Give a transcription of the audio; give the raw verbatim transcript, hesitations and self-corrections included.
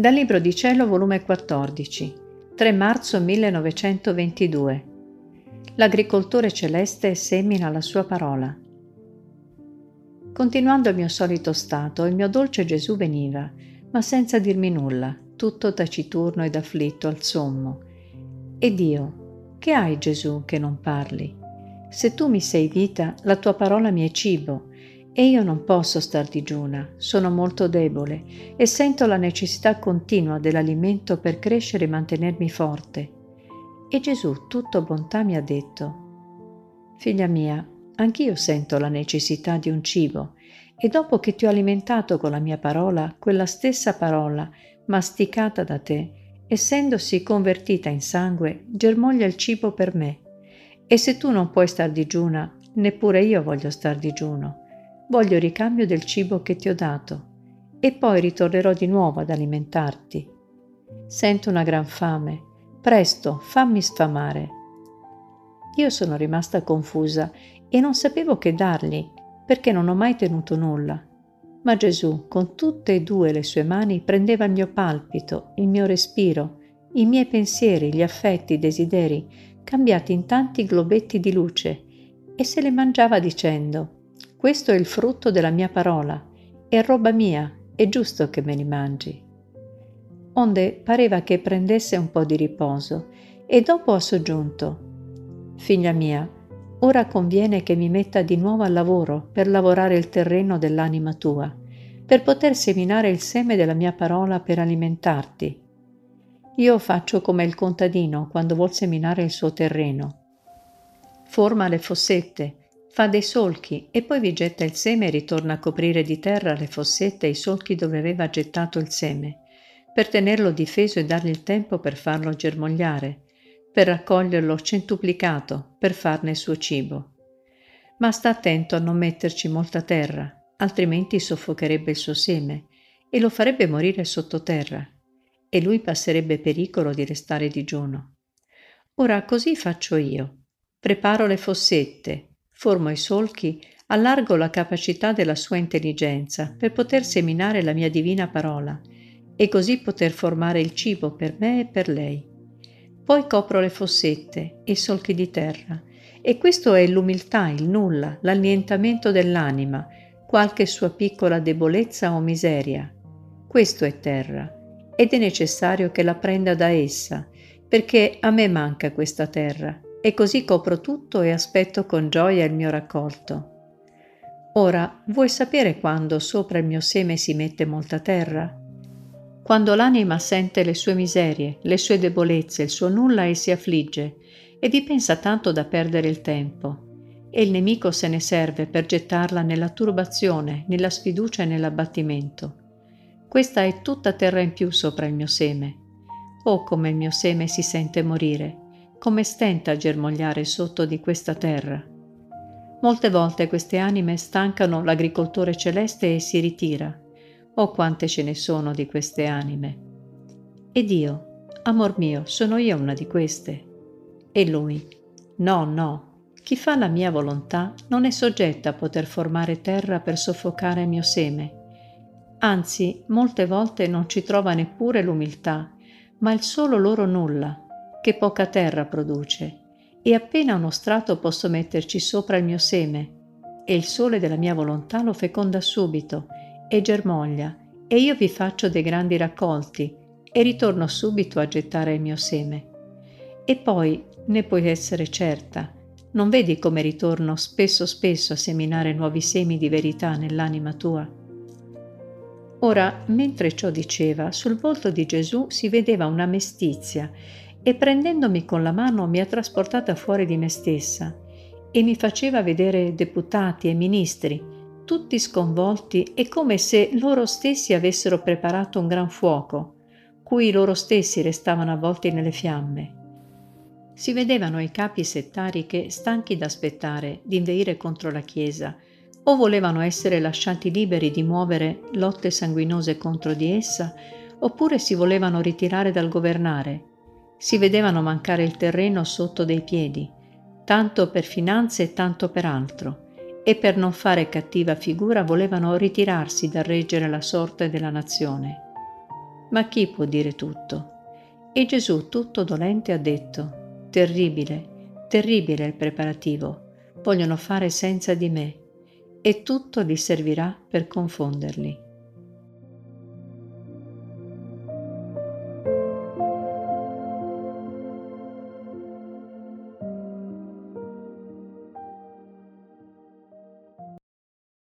Dal Libro di Cielo, volume quattordici, tre marzo millenovecentoventidue. L'agricoltore celeste semina la sua parola. Continuando il mio solito stato, il mio dolce Gesù veniva, ma senza dirmi nulla, tutto taciturno ed afflitto al sommo. Ed io, che hai Gesù che non parli? Se tu mi sei vita, la tua parola mi è cibo, e io non posso star digiuna, sono molto debole e sento la necessità continua dell'alimento per crescere e mantenermi forte. E Gesù, tutto bontà, mi ha detto: Figlia mia, anch'io sento la necessità di un cibo, e dopo che ti ho alimentato con la mia parola, quella stessa parola, masticata da te, essendosi convertita in sangue, germoglia il cibo per me. E se tu non puoi star digiuna, neppure io voglio star digiuno. Voglio ricambio del cibo che ti ho dato, e poi ritornerò di nuovo ad alimentarti. Sento una gran fame, presto, fammi sfamare. Io sono rimasta confusa e non sapevo che dargli, perché non ho mai tenuto nulla. Ma Gesù, con tutte e due le sue mani, prendeva il mio palpito, il mio respiro, i miei pensieri, gli affetti, i desideri, cambiati in tanti globetti di luce, e se le mangiava dicendo: questo è il frutto della mia parola, è roba mia, è giusto che me li mangi. Onde pareva che prendesse un po' di riposo, e dopo ha soggiunto: Figlia mia, ora conviene che mi metta di nuovo al lavoro per lavorare il terreno dell'anima tua, per poter seminare il seme della mia parola per alimentarti. Io faccio come il contadino quando vuol seminare il suo terreno. Forma le fossette, fa dei solchi e poi vi getta il seme e ritorna a coprire di terra le fossette e i solchi dove aveva gettato il seme, per tenerlo difeso e dargli il tempo per farlo germogliare, per raccoglierlo centuplicato, per farne il suo cibo. Ma sta attento a non metterci molta terra, altrimenti soffocherebbe il suo seme e lo farebbe morire sottoterra, e lui passerebbe pericolo di restare digiuno. Ora così faccio io. Preparo le fossette, formo i solchi, allargo la capacità della sua intelligenza per poter seminare la mia divina parola e così poter formare il cibo per me e per lei. Poi copro le fossette, i solchi di terra, e questo è l'umiltà, il nulla, l'annientamento dell'anima, qualche sua piccola debolezza o miseria. Questo è terra, ed è necessario che la prenda da essa, perché a me manca questa terra, e così copro tutto e aspetto con gioia il mio raccolto. Ora, vuoi sapere quando sopra il mio seme si mette molta terra? Quando l'anima sente le sue miserie, le sue debolezze, il suo nulla e si affligge, e vi pensa tanto da perdere il tempo, e il nemico se ne serve per gettarla nella turbazione, nella sfiducia e nell'abbattimento. Questa è tutta terra in più sopra il mio seme. Oh, come il mio seme si sente morire! Come stenta a germogliare sotto di questa terra. Molte volte queste anime stancano l'agricoltore celeste e si ritira. Oh, quante ce ne sono di queste anime! Ed io, amor mio, sono io una di queste? E lui, no, no, chi fa la mia volontà non è soggetta a poter formare terra per soffocare il mio seme. Anzi, molte volte non ci trova neppure l'umiltà, ma il solo loro nulla, che poca terra produce, e appena uno strato posso metterci sopra il mio seme, e il sole della mia volontà lo feconda subito, e germoglia, e io vi faccio dei grandi raccolti, e ritorno subito a gettare il mio seme. E poi, ne puoi essere certa, non vedi come ritorno spesso spesso a seminare nuovi semi di verità nell'anima tua? Ora, mentre ciò diceva, sul volto di Gesù si vedeva una mestizia, e prendendomi con la mano mi ha trasportata fuori di me stessa e mi faceva vedere deputati e ministri, tutti sconvolti e come se loro stessi avessero preparato un gran fuoco, cui loro stessi restavano avvolti nelle fiamme. Si vedevano i capi settari che, stanchi d'aspettare, d'inveire contro la Chiesa, o volevano essere lasciati liberi di muovere lotte sanguinose contro di essa, oppure si volevano ritirare dal governare. Si vedevano mancare il terreno sotto dei piedi, tanto per finanze e tanto per altro, e per non fare cattiva figura volevano ritirarsi dal reggere la sorte della nazione. Ma chi può dire tutto? E Gesù, tutto dolente, ha detto: Terribile, terribile il preparativo, vogliono fare senza di me, e tutto gli servirà per confonderli.